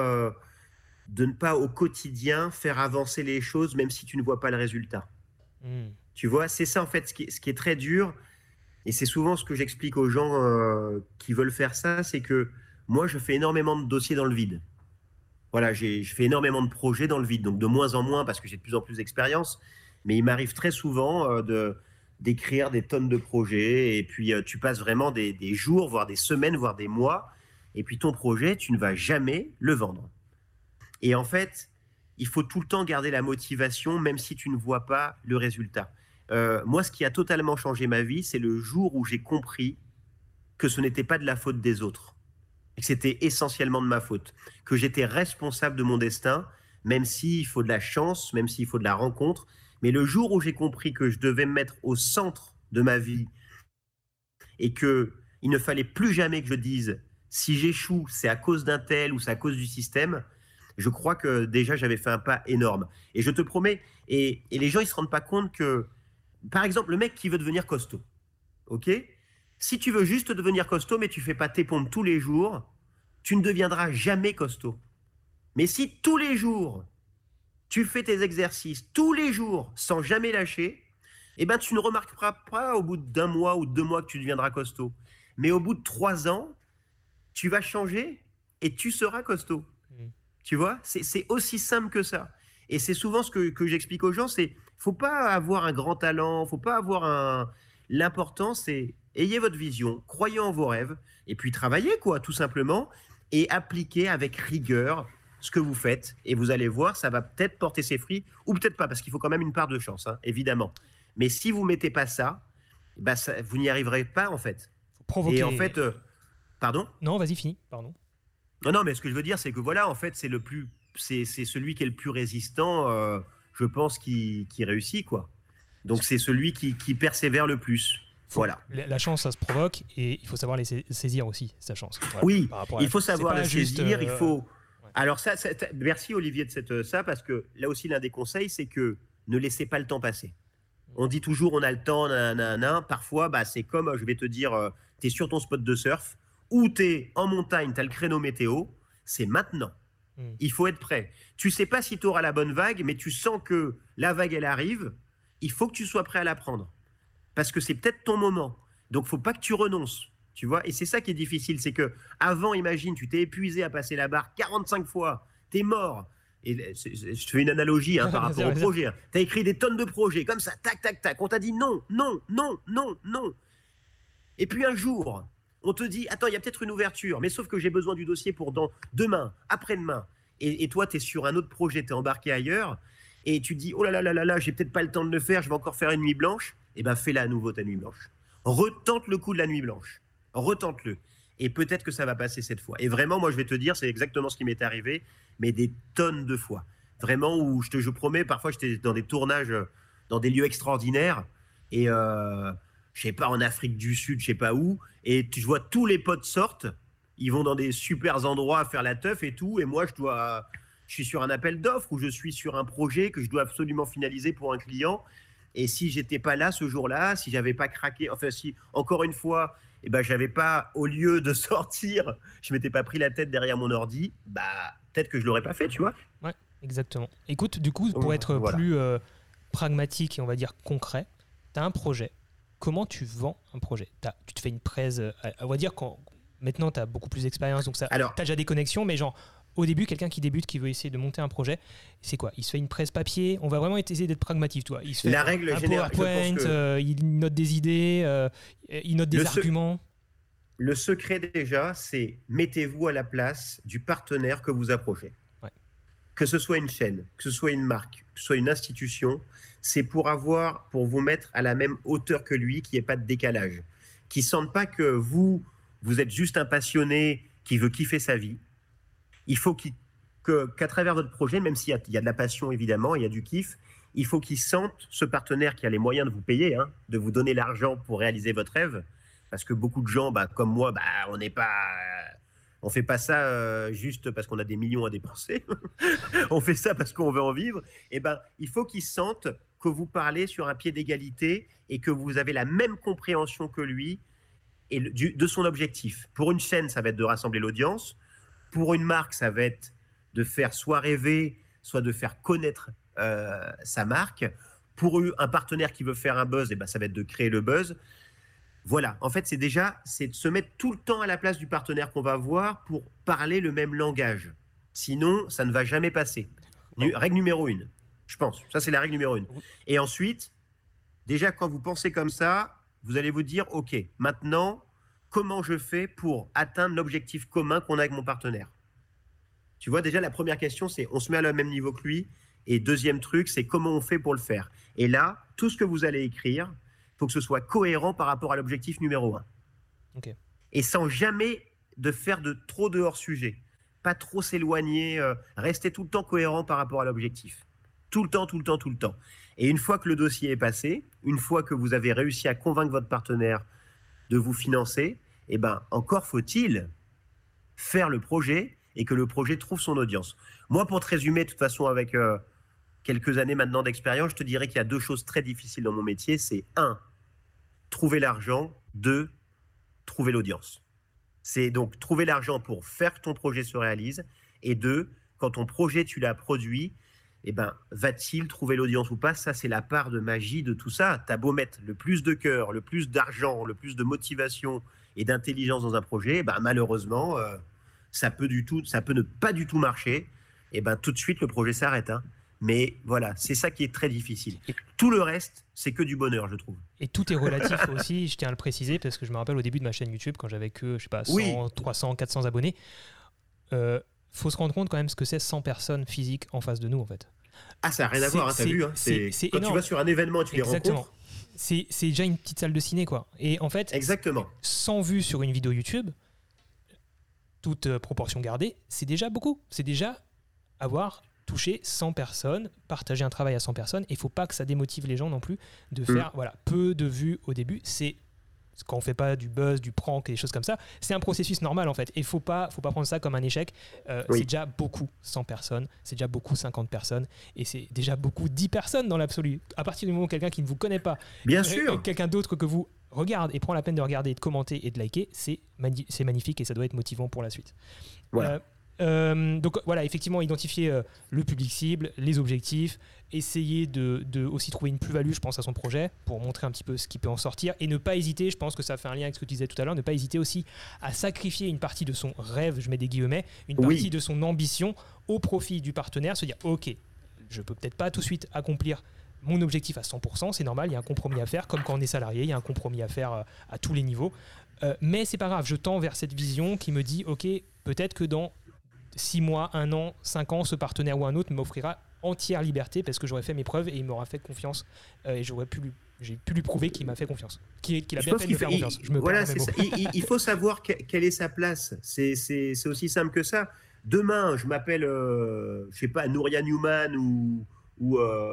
pas au quotidien faire avancer les choses même si tu ne vois pas le résultat. Tu vois, c'est ça en fait ce qui est très dur, et c'est souvent ce que j'explique aux gens qui veulent faire ça, c'est que moi je fais énormément de dossiers dans le vide. Voilà, je fais énormément de projets dans le vide, donc de moins en moins parce que j'ai de plus en plus d'expérience, mais il m'arrive très souvent d'écrire des tonnes de projets, et puis tu passes vraiment des jours, voire des semaines, voire des mois, et puis ton projet, tu ne vas jamais le vendre. Et en fait, il faut tout le temps garder la motivation, même si tu ne vois pas le résultat. Moi, ce qui a totalement changé ma vie, c'est le jour où j'ai compris que ce n'était pas de la faute des autres, et que c'était essentiellement de ma faute, que j'étais responsable de mon destin, même s'il faut de la chance, même s'il faut de la rencontre. Mais le jour où j'ai compris que je devais me mettre au centre de ma vie et qu'il ne fallait plus jamais que je dise « si j'échoue, c'est à cause d'un tel ou c'est à cause du système », je crois que déjà j'avais fait un pas énorme. Et je te promets, et les gens ils ne se rendent pas compte que, par exemple, le mec qui veut devenir costaud, ok ? Si tu veux juste devenir costaud, mais tu ne fais pas tes pompes tous les jours, tu ne deviendras jamais costaud. Mais si tous les jours, tu fais tes exercices, tous les jours, sans jamais lâcher, eh ben, tu ne remarqueras pas au bout d'1 mois ou 2 mois que tu deviendras costaud. Mais au bout de 3 ans, tu vas changer et tu seras costaud. Tu vois, c'est aussi simple que ça. Et c'est souvent ce que j'explique aux gens, c'est qu'il ne faut pas avoir un grand talent, il ne faut pas avoir L'important, c'est ayez votre vision, croyez en vos rêves, et puis travaillez, quoi, tout simplement, et appliquez avec rigueur ce que vous faites, et vous allez voir, ça va peut-être porter ses fruits, ou peut-être pas, parce qu'il faut quand même une part de chance, hein, évidemment. Mais si vous ne mettez pas ça, bah vous n'y arriverez pas, en fait. Provoquer... Et en fait... pardon ? Non, vas-y, finis, pardon. Non, mais ce que je veux dire, c'est que voilà, en fait, c'est celui qui est le plus résistant, je pense, qui réussit, quoi. Donc, c'est celui qui persévère le plus. Voilà. La chance, ça se provoque, et il faut savoir les saisir aussi, sa chance. Voilà, oui, il faut savoir la saisir, il faut... Ouais. Alors, merci Olivier de ça, parce que là aussi, l'un des conseils, c'est que ne laissez pas le temps passer. On dit toujours, on a le temps, parfois, c'est comme, je vais te dire, tu es sur ton spot de surf, ou tu es en montagne, tu as le créneau météo, c'est maintenant. Il faut être prêt. Tu sais pas si tu auras la bonne vague, mais tu sens que la vague, elle arrive, il faut que tu sois prêt à la prendre. Parce que c'est peut-être ton moment. Donc, il ne faut pas que tu renonces. Tu vois ? Et c'est ça qui est difficile, c'est que avant, imagine, tu t'es épuisé à passer la barre 45 fois, tu es mort. Et je te fais une analogie par rapport au projet. Tu as écrit des tonnes de projets, comme ça, tac, tac, tac. On t'a dit non, non, non, non, non. Et puis un jour... on te dit, attends, il y a peut-être une ouverture, mais sauf que j'ai besoin du dossier pour demain, après-demain. Et toi, tu es sur un autre projet, tu es embarqué ailleurs, et tu te dis, oh là là là là là, j'ai peut-être pas le temps de le faire, je vais encore faire une nuit blanche. Eh bien, fais-la à nouveau, ta nuit blanche. Retente le coup de la nuit blanche. Retente-le. Et peut-être que ça va passer cette fois. Et vraiment, moi, je vais te dire, c'est exactement ce qui m'est arrivé, mais des tonnes de fois. Vraiment, où je promets, parfois, j'étais dans des tournages, dans des lieux extraordinaires, et... je sais pas, en Afrique du Sud, je sais pas où, et tu vois tous les potes sortent, ils vont dans des super endroits faire la teuf et tout, et moi je suis sur un appel d'offres, ou je suis sur un projet que je dois absolument finaliser pour un client, et si j'étais pas là ce jour-là, si j'avais pas craqué, enfin si, encore une fois, j'avais pas, au lieu de sortir, je m'étais pas pris la tête derrière mon ordi, peut-être que je l'aurais pas fait, tu vois. Ouais, exactement. Écoute, du coup, pour être plus pragmatique et on va dire concret, tu as un projet. Comment tu vends un projet? Tu te fais une presse, on va dire quand maintenant tu as beaucoup plus d'expérience, donc tu as déjà des connexions, mais genre au début, quelqu'un qui débute, qui veut essayer de monter un projet, c'est quoi? Il se fait une presse papier, on va vraiment essayer d'être pragmatique, toi. Il se fait la règle générale, PowerPoint, il note des idées, il note des arguments. Le secret déjà, c'est mettez-vous à la place du partenaire que vous approchez. Ouais. Que ce soit une chaîne, que ce soit une marque, que ce soit une institution, c'est pour vous mettre à la même hauteur que lui, qu'il n'y ait pas de décalage. Qu'il ne sente pas que vous êtes juste un passionné qui veut kiffer sa vie. Il faut qu'à travers votre projet, même s'il y a de la passion évidemment, il y a du kiff, il faut qu'il sente ce partenaire qui a les moyens de vous payer, de vous donner l'argent pour réaliser votre rêve. Parce que beaucoup de gens, comme moi, on fait pas ça juste parce qu'on a des millions à dépenser. On fait ça parce qu'on veut en vivre. Et il faut qu'ils sentent que vous parlez sur un pied d'égalité et que vous avez la même compréhension que lui et de son objectif. Pour une chaîne, ça va être de rassembler l'audience. Pour une marque, ça va être de faire soit rêver, soit de faire connaître sa marque. Pour un partenaire qui veut faire un buzz, ça va être de créer le buzz. Voilà, en fait, c'est de se mettre tout le temps à la place du partenaire qu'on va voir pour parler le même langage. Sinon, ça ne va jamais passer. Règle numéro 1, je pense. Ça, c'est la règle numéro 1. Et ensuite, déjà, quand vous pensez comme ça, vous allez vous dire, OK, maintenant, comment je fais pour atteindre l'objectif commun qu'on a avec mon partenaire? Tu vois, déjà, la première question, c'est on se met à le même niveau que lui. Et deuxième truc, c'est comment on fait pour le faire. Et là, tout ce que vous allez écrire, il faut que ce soit cohérent par rapport à l'objectif numéro 1. Okay. Et sans jamais de faire trop de hors-sujet. Pas trop s'éloigner, rester tout le temps cohérent par rapport à l'objectif. Tout le temps, tout le temps, tout le temps. Et une fois que le dossier est passé, une fois que vous avez réussi à convaincre votre partenaire de vous financer, encore faut-il faire le projet et que le projet trouve son audience. Moi, pour te résumer, de toute façon, avec quelques années maintenant d'expérience, je te dirais qu'il y a 2 choses très difficiles dans mon métier. C'est 1, trouver l'argent. 2, trouver l'audience. C'est donc trouver l'argent pour faire que ton projet se réalise. Et 2, quand ton projet, tu l'as produit, va-t-il trouver l'audience ou pas? Ça, c'est la part de magie de tout ça. Tu as beau mettre le plus de cœur, le plus d'argent, le plus de motivation et d'intelligence dans un projet, malheureusement, ça peut ne pas du tout marcher. Et tout de suite, le projet s'arrête. Mais voilà, c'est ça qui est très difficile. Tout le reste, c'est que du bonheur, je trouve. Et tout est relatif aussi, je tiens à le préciser, parce que je me rappelle au début de ma chaîne YouTube, quand j'avais que, 100, 300, 400 abonnés, faut se rendre compte quand même ce que c'est 100 personnes physiques en face de nous, en fait. Ah, ça n'a rien à voir, t'as vu. C'est quand tu vas sur un événement et tu les rencontres. C'est déjà une petite salle de ciné, quoi. Et en fait, exactement. 100 vues sur une vidéo YouTube, toute proportion gardée, c'est déjà beaucoup. C'est déjà avoir touché 100 personnes, partager un travail à 100 personnes. Et il ne faut pas que ça démotive les gens non plus de faire peu de vues au début. C'est quand on ne fait pas du buzz, du prank et des choses comme ça, c'est un processus normal en fait. Et il ne faut pas prendre ça comme un échec. C'est déjà beaucoup 100 personnes, c'est déjà beaucoup 50 personnes et c'est déjà beaucoup 10 personnes dans l'absolu. À partir du moment où quelqu'un qui ne vous connaît pas, bien sûr, quelqu'un d'autre que vous regarde et prend la peine de regarder, de commenter et de liker, c'est magnifique et ça doit être motivant pour la suite. Voilà. Donc voilà, effectivement, identifier le public cible, les objectifs, essayer de aussi trouver une plus-value, je pense, à son projet pour montrer un petit peu ce qui peut en sortir et ne pas hésiter, je pense que ça fait un lien avec ce que tu disais tout à l'heure, ne pas hésiter aussi à sacrifier une partie de son rêve, je mets des guillemets, une partie de son ambition au profit du partenaire, se dire ok, je peux peut-être pas tout de suite accomplir mon objectif à 100%, c'est normal, il y a un compromis à faire, comme quand on est salarié, il y a un compromis à faire à tous les niveaux, mais c'est pas grave, je tends vers cette vision qui me dit ok, peut-être que dans 6 mois, 1 an, 5 ans, ce partenaire ou un autre m'offrira entière liberté parce que j'aurais fait mes preuves et il m'aura fait confiance et j'ai pu lui prouver qu'il m'a fait confiance, qu'il a bien fait de me faire confiance. Voilà, c'est ça. Il faut savoir quelle est sa place. C'est aussi simple que ça. Demain, je m'appelle, je sais pas, Nouria Newman ou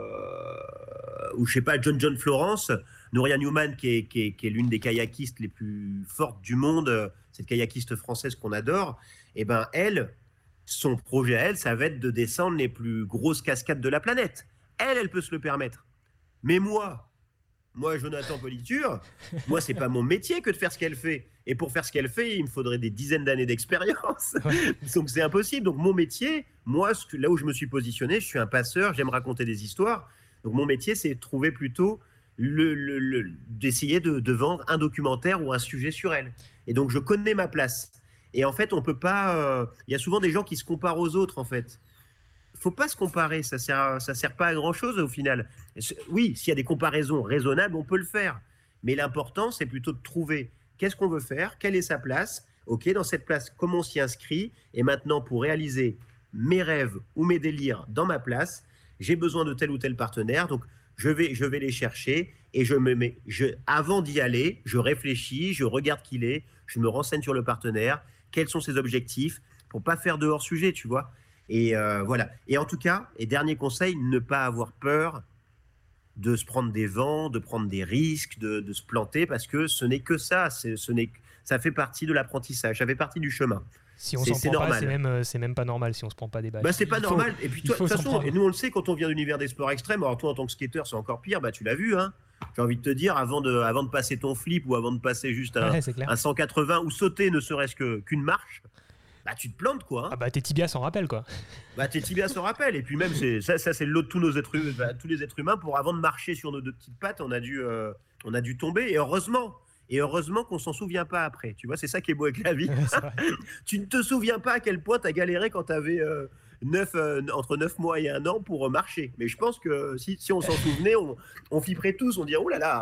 je sais pas, John Florence. Nouria Newman qui est l'une des kayakistes les plus fortes du monde, cette kayakiste française qu'on adore. Et son projet à elle, ça va être de descendre les plus grosses cascades de la planète. Elle peut se le permettre. Mais moi, Jonathan Politure, moi, c'est pas mon métier que de faire ce qu'elle fait. Et pour faire ce qu'elle fait, il me faudrait des dizaines d'années d'expérience. Donc, c'est impossible. Donc, mon métier, moi, là où je me suis positionné, je suis un passeur, j'aime raconter des histoires. Donc, mon métier, c'est de trouver plutôt d'essayer de vendre un documentaire ou un sujet sur elle. Et donc, je connais ma place. Et en fait, on peut pas. Il y a souvent des gens qui se comparent aux autres, en fait. Faut pas se comparer, ça sert pas à grand chose au final. Oui, s'il y a des comparaisons raisonnables, on peut le faire. Mais l'important, c'est plutôt de trouver qu'est-ce qu'on veut faire, quelle est sa place. Ok, dans cette place, comment on s'y inscrit. Et maintenant, pour réaliser mes rêves ou mes délires dans ma place, j'ai besoin de tel ou tel partenaire. Donc, je vais les chercher et avant d'y aller, je réfléchis, je regarde qui il est, je me renseigne sur le partenaire, quels sont ses objectifs, pour pas faire de hors-sujet, tu vois. Et voilà. Et en tout cas, et dernier conseil, ne pas avoir peur de se prendre des vents, de prendre des risques, de se planter, parce que ce n'est que ça. Ça fait partie de l'apprentissage, ça fait partie du chemin. Si on s'en prend pas, c'est même pas normal si on se prend pas des bâches. C'est pas normal. Et puis, de toute façon, et nous on le sait quand on vient de l'univers des sports extrêmes. Alors toi, en tant que skater, c'est encore pire. Tu l'as vu, hein. J'ai envie de te dire, avant de passer ton flip ou avant de passer juste un 180 ou sauter ne serait-ce qu'une marche, tu te plantes, quoi. Hein. Tes tibias s'en rappellent, quoi. Tes tibias s'en rappellent. Et puis même, ça c'est le lot de tous les êtres humains. Avant de marcher sur nos deux petites pattes, on a dû tomber. Et heureusement qu'on s'en souvient pas après. Tu vois, c'est ça qui est beau avec la vie. Tu ne te souviens pas à quel point tu as galéré quand tu avais entre 9 mois et 1 an pour marcher. Mais je pense que si on s'en souvenait, on flipperait tous, on dirait « Oh là là !»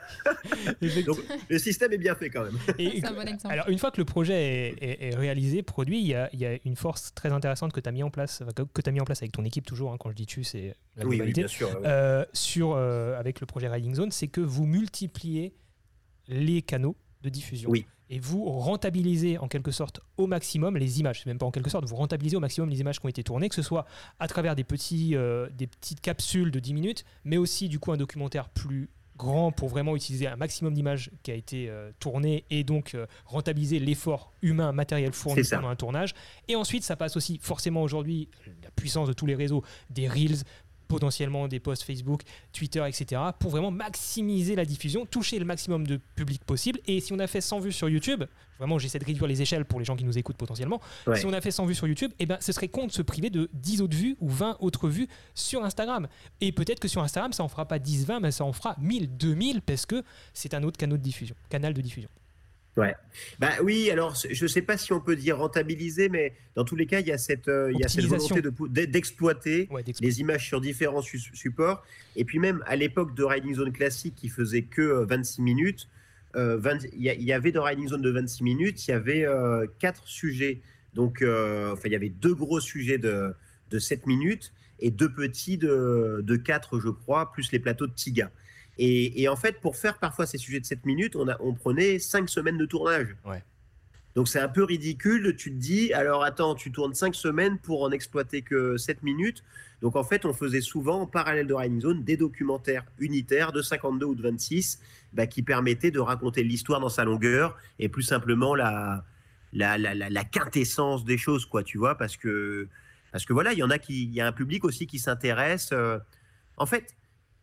Donc le système est bien fait quand même. C'est un bon exemple. Alors une fois que le projet est réalisé, produit, il y a une force très intéressante que tu as mis en place, avec ton équipe toujours, hein, quand je dis tu, c'est la globalité. Oui, bien sûr. Avec le projet Riding Zone, c'est que vous multipliez les canaux de diffusion. Oui. Et vous rentabilisez en quelque sorte au maximum les images. C'est même pas en quelque sorte, vous rentabilisez au maximum les images qui ont été tournées, que ce soit à travers des petites capsules de 10 minutes, mais aussi du coup un documentaire plus grand pour vraiment utiliser un maximum d'images qui a été tourné et donc rentabiliser l'effort humain, matériel fourni pendant un tournage. Et ensuite, ça passe aussi forcément aujourd'hui, la puissance de tous les réseaux, des Reels, potentiellement des posts Facebook, Twitter, etc. pour vraiment maximiser la diffusion, toucher le maximum de public possible. Et si on a fait 100 vues sur YouTube, vraiment j'essaie de réduire les échelles pour les gens qui nous écoutent potentiellement, si on a fait 100 vues sur YouTube, ce serait con de se priver de 10 autres vues ou 20 autres vues sur Instagram. Et peut-être que sur Instagram, ça en fera pas 10, 20, mais ça en fera 1000, 2000 parce que c'est un autre canal de diffusion. Ouais. Oui, alors je ne sais pas si on peut dire rentabiliser, mais dans tous les cas, il y a cette volonté d'exploiter les images sur différents supports. Et puis même à l'époque de Riding Zone classique qui faisait que 26 minutes, il y avait dans Riding Zone de 26 minutes, il y avait 4 sujets. Donc, il y avait 2 gros sujets de 7 minutes et 2 petits de 4, je crois, plus les plateaux de Tiga. Et en fait, pour faire parfois ces sujets de 7 minutes, on prenait 5 semaines de tournage. Ouais. Donc c'est un peu ridicule. Tu te dis, alors attends, tu tournes 5 semaines pour en exploiter que 7 minutes. Donc en fait, on faisait souvent, en parallèle de Riding Zone, des documentaires unitaires de 52 ou de 26 qui permettaient de raconter l'histoire dans sa longueur et plus simplement la quintessence des choses, quoi, tu vois, parce que voilà, il y a un public aussi qui s'intéresse. En fait,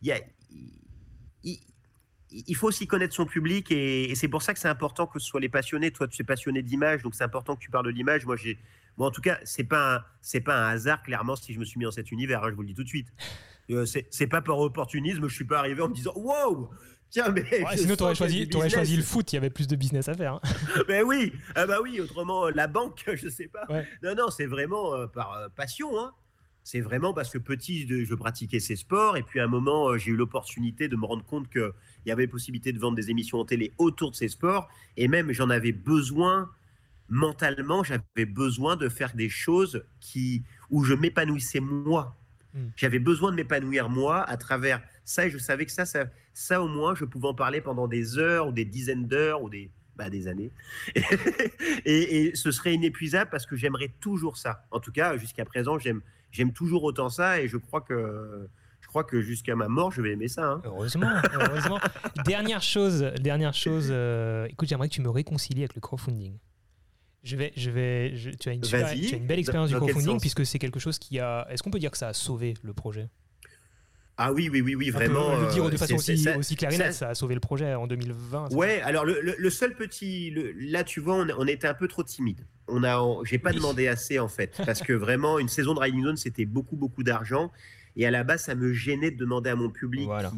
il faut aussi connaître son public et c'est pour ça que c'est important que ce soit les passionnés. Toi, tu es passionné d'image, donc c'est important que tu parles de l'image. Moi, en tout cas, c'est pas un hasard, clairement, si je me suis mis dans cet univers, hein, je vous le dis tout de suite. C'est pas par opportunisme, je suis pas arrivé en me disant « Wow !» Tiens, mais sinon, tu aurais choisi le foot, il y avait plus de business à faire. Hein. Mais oui, oui, autrement, la banque, je sais pas. Ouais. Non, c'est vraiment par passion, hein. C'est vraiment parce que petit, je pratiquais ces sports et puis à un moment, j'ai eu l'opportunité de me rendre compte qu'il y avait possibilité de vendre des émissions en télé autour de ces sports et même j'en avais besoin mentalement, j'avais besoin de faire des choses où je m'épanouissais moi. J'avais besoin de m'épanouir moi à travers ça et je savais que ça au moins, je pouvais en parler pendant des heures ou des dizaines d'heures ou des années. et ce serait inépuisable parce que j'aimerais toujours ça. En tout cas, jusqu'à présent, j'aime toujours autant ça et je crois que jusqu'à ma mort, je vais aimer ça. Hein. Heureusement. Dernière chose, écoute, j'aimerais que tu me réconcilies avec le crowdfunding. Tu as une belle expérience du crowdfunding puisque c'est quelque chose qui a... Est-ce qu'on peut dire que ça a sauvé le projet ? Ah oui, vraiment. On peut le dire de façon aussi claire et nette, ça a sauvé le projet en 2020. Ouais, alors le seul petit... là, tu vois, on était un peu trop timide. J'ai pas demandé assez, en fait, parce que vraiment, une saison de Riding Zone, c'était beaucoup, beaucoup d'argent. Et à la base, ça me gênait de demander à mon public qui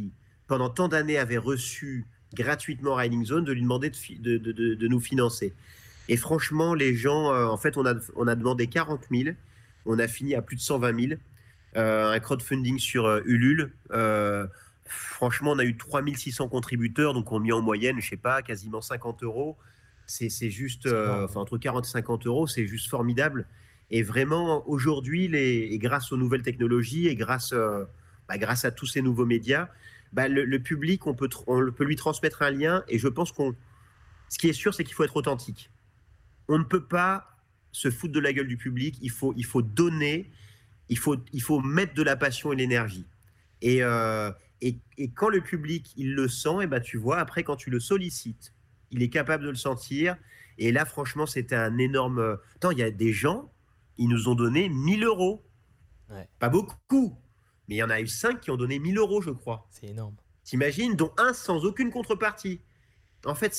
pendant tant d'années, avait reçu gratuitement Riding Zone, de lui demander de nous financer. Et franchement, les gens, en fait, on a demandé 40 000, on a fini à plus de 120 000. Un crowdfunding sur Ulule. Franchement, on a eu 3600 contributeurs, donc on a mis en moyenne, je sais pas, quasiment 50 €. C'est juste, entre 40 et 50 €, c'est juste formidable. Et vraiment, aujourd'hui, et grâce aux nouvelles technologies et grâce à tous ces nouveaux médias, le public, on peut lui transmettre un lien. Et je pense ce qui est sûr, c'est qu'il faut être authentique. On ne peut pas se foutre de la gueule du public. Il faut donner. Il faut mettre de la passion et de l'énergie. Et quand le public, il le sent, tu vois, après, quand tu le sollicites, il est capable de le sentir. Et là, franchement, c'était un énorme... Attends, il y a des gens, ils nous ont donné 1 000 €. Ouais. Pas beaucoup, mais il y en a eu 5 qui ont donné 1 000 €, je crois. C'est énorme. T'imagines, dont un sans aucune contrepartie. En fait,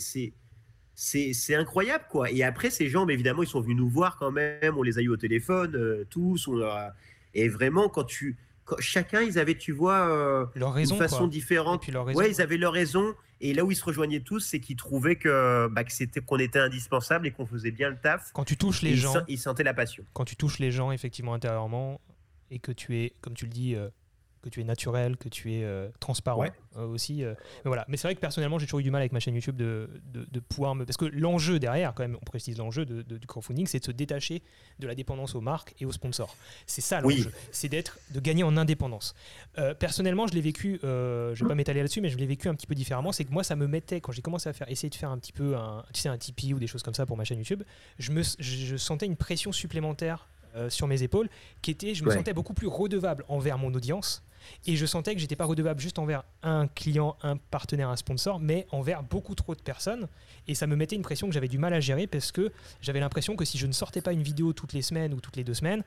c'est incroyable, quoi. Et après, ces gens, évidemment, ils sont venus nous voir quand même. On les a eu au téléphone, tous. Et vraiment, chacun, ils avaient, tu vois, leur raison, une façon quoi. différente. Et puis leur raison, ils avaient leur raison. Et là où ils se rejoignaient tous, c'est qu'ils trouvaient qu'on était indispensable et qu'on faisait bien le taf. Quand tu touches les gens, ils sentaient la passion. Quand tu touches les gens, effectivement, intérieurement, et que tu es, comme tu le dis, que tu es naturel, que tu es transparent aussi. Mais voilà. Mais c'est vrai que personnellement, j'ai toujours eu du mal avec ma chaîne YouTube de pouvoir parce que l'enjeu derrière, quand même, on précise l'enjeu du crowdfunding, c'est de se détacher de la dépendance aux marques et aux sponsors. C'est ça l'enjeu. C'est de gagner en indépendance. Personnellement, je l'ai vécu, je ne vais pas m'étaler là-dessus, mais je l'ai vécu un petit peu différemment. C'est que moi, ça me mettait, quand j'ai commencé à essayer de faire un petit peu un Tipeee ou des choses comme ça pour ma chaîne YouTube, je sentais une pression supplémentaire sur mes épaules, je me sentais beaucoup plus redevable envers mon audience, et je sentais que j'étais pas redevable juste envers un client, un partenaire, un sponsor, mais envers beaucoup trop de personnes, et ça me mettait une pression que j'avais du mal à gérer, parce que j'avais l'impression que si je ne sortais pas une vidéo toutes les semaines ou toutes les 2 semaines,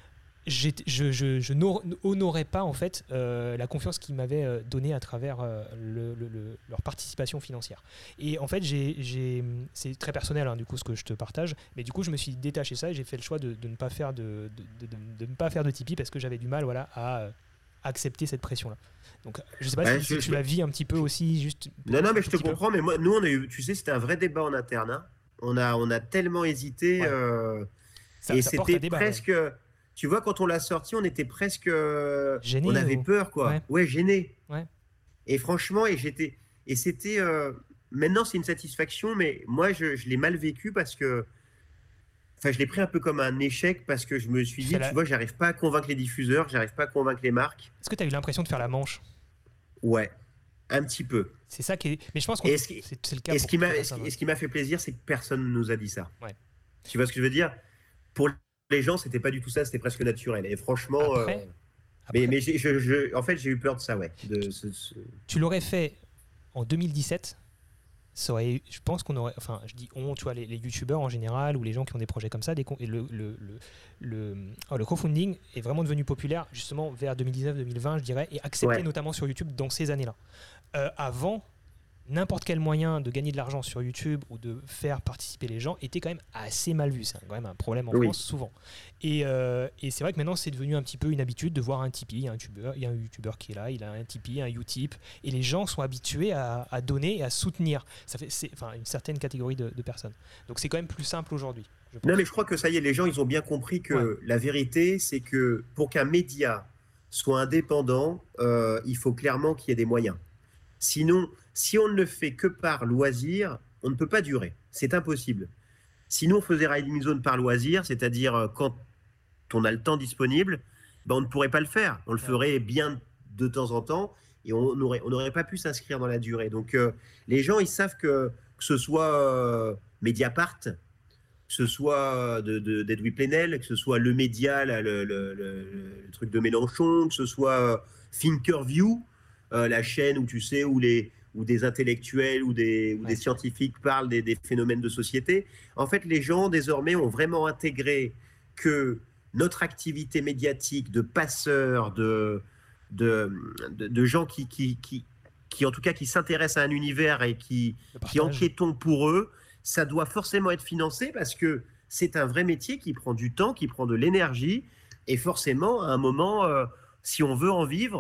je n'honorais pas en fait la confiance qu'ils m'avaient donnée à travers leur participation financière. Et en fait, c'est très personnel, du coup, ce que je te partage, mais du coup, je me suis détaché de ça et j'ai fait le choix de ne pas faire de ne pas faire de Tipeee parce que j'avais du mal, à accepter cette pression-là. Donc, je sais pas si tu la vis un petit peu aussi, juste. Non, mais je te comprends. Mais moi, nous, on a eu, tu sais, c'était un vrai débat en interne. Hein. On a tellement hésité, et c'était presque. Tu vois, quand on l'a sorti, on était presque... Gêné, on avait peur, quoi. Ouais, gêné. Ouais. Et franchement, et c'était... maintenant, c'est une satisfaction, mais moi, je l'ai mal vécu parce que... Enfin, je l'ai pris un peu comme un échec parce que je me suis dit, tu vois, j'arrive pas à convaincre les diffuseurs, j'arrive pas à convaincre les marques. Est-ce que tu as eu l'impression de faire la manche ? Ouais, un petit peu. C'est ça qui est... Mais je pense que c'est le cas. Et ce qui m'a fait plaisir, c'est que personne ne nous a dit ça. Ouais. Tu vois ce que je veux dire ? Pour les gens, c'était pas du tout ça, c'était presque naturel. Et franchement, après, mais en fait, j'ai eu peur de ça, ouais. Tu l'aurais fait en 2017, je pense qu'on aurait, enfin, je dis tu vois, les youtubeurs en général ou les gens qui ont des projets comme ça, le crowdfunding est vraiment devenu populaire justement vers 2019-2020, je dirais, et accepté notamment sur YouTube dans ces années-là. Avant, n'importe quel moyen de gagner de l'argent sur YouTube ou de faire participer les gens était quand même assez mal vu. C'est quand même un problème en France souvent. Et c'est vrai que maintenant c'est devenu un petit peu une habitude de voir un Tipeee, il y a un YouTuber qui est là, il a un Tipeee, un Utip, et les gens sont habitués à donner et à soutenir. Ça fait, une certaine catégorie de personnes. Donc c'est quand même plus simple aujourd'hui. Non, mais je crois que ça y est, les gens ils ont bien compris que la vérité, c'est que pour qu'un média soit indépendant, il faut clairement qu'il y ait des moyens. Sinon, si on ne le fait que par loisir, on ne peut pas durer. C'est impossible. Sinon, on faisait Riding Zone par loisir, c'est-à-dire quand on a le temps disponible, on ne pourrait pas le faire. On le ferait bien de temps en temps et on n'aurait pas pu s'inscrire dans la durée. Donc, les gens, ils savent que ce soit Mediapart, que ce soit d'Edoui Plenel, que ce soit Le Média, le truc de Mélenchon, que ce soit Thinkerview, la chaîne où tu sais où des intellectuels ou des scientifiques parlent des phénomènes de société. En fait, les gens désormais ont vraiment intégré que notre activité médiatique de passeurs, de gens qui en tout cas qui s'intéressent à un univers et qui enquêtons pour eux, ça doit forcément être financé parce que c'est un vrai métier qui prend du temps, qui prend de l'énergie, et forcément à un moment, si on veut en vivre,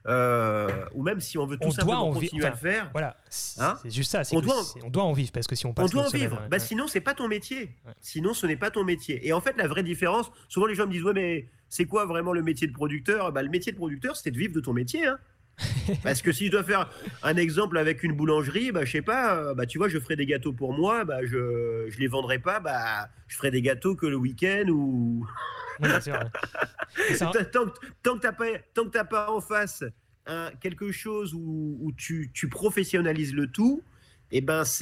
ou même si on veut tout simplement continuer à le faire. Voilà, c'est juste ça. On doit en vivre, parce que si on passe. On doit en vivre. Sinon, c'est pas ton métier. Ouais. Sinon, ce n'est pas ton métier. Et en fait, la vraie différence, souvent les gens me disent, ouais, mais c'est quoi vraiment le métier de producteur ? Le métier de producteur, c'est de vivre de ton métier. Hein. Parce que si je dois faire un exemple avec une boulangerie, je sais pas, tu vois, je ferai des gâteaux pour moi, je les vendrai pas, je ferai des gâteaux que le week-end ou. Oui, c'est vrai. Tant que t'as pas en face quelque chose où tu professionnalises le tout, et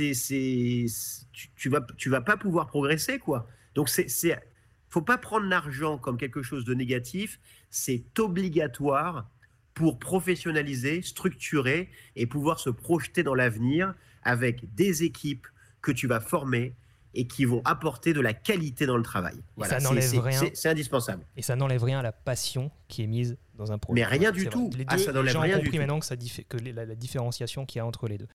tu vas pas pouvoir progresser, quoi. Donc faut pas prendre l'argent comme quelque chose de négatif, c'est obligatoire pour professionnaliser, structurer et pouvoir se projeter dans l'avenir avec des équipes que tu vas former et qui vont apporter de la qualité dans le travail. Voilà, c'est indispensable. Et ça n'enlève rien à la passion qui est mise dans un projet. Mais rien du tout. Les gens ont compris maintenant que la différenciation qu'il y a entre les deux.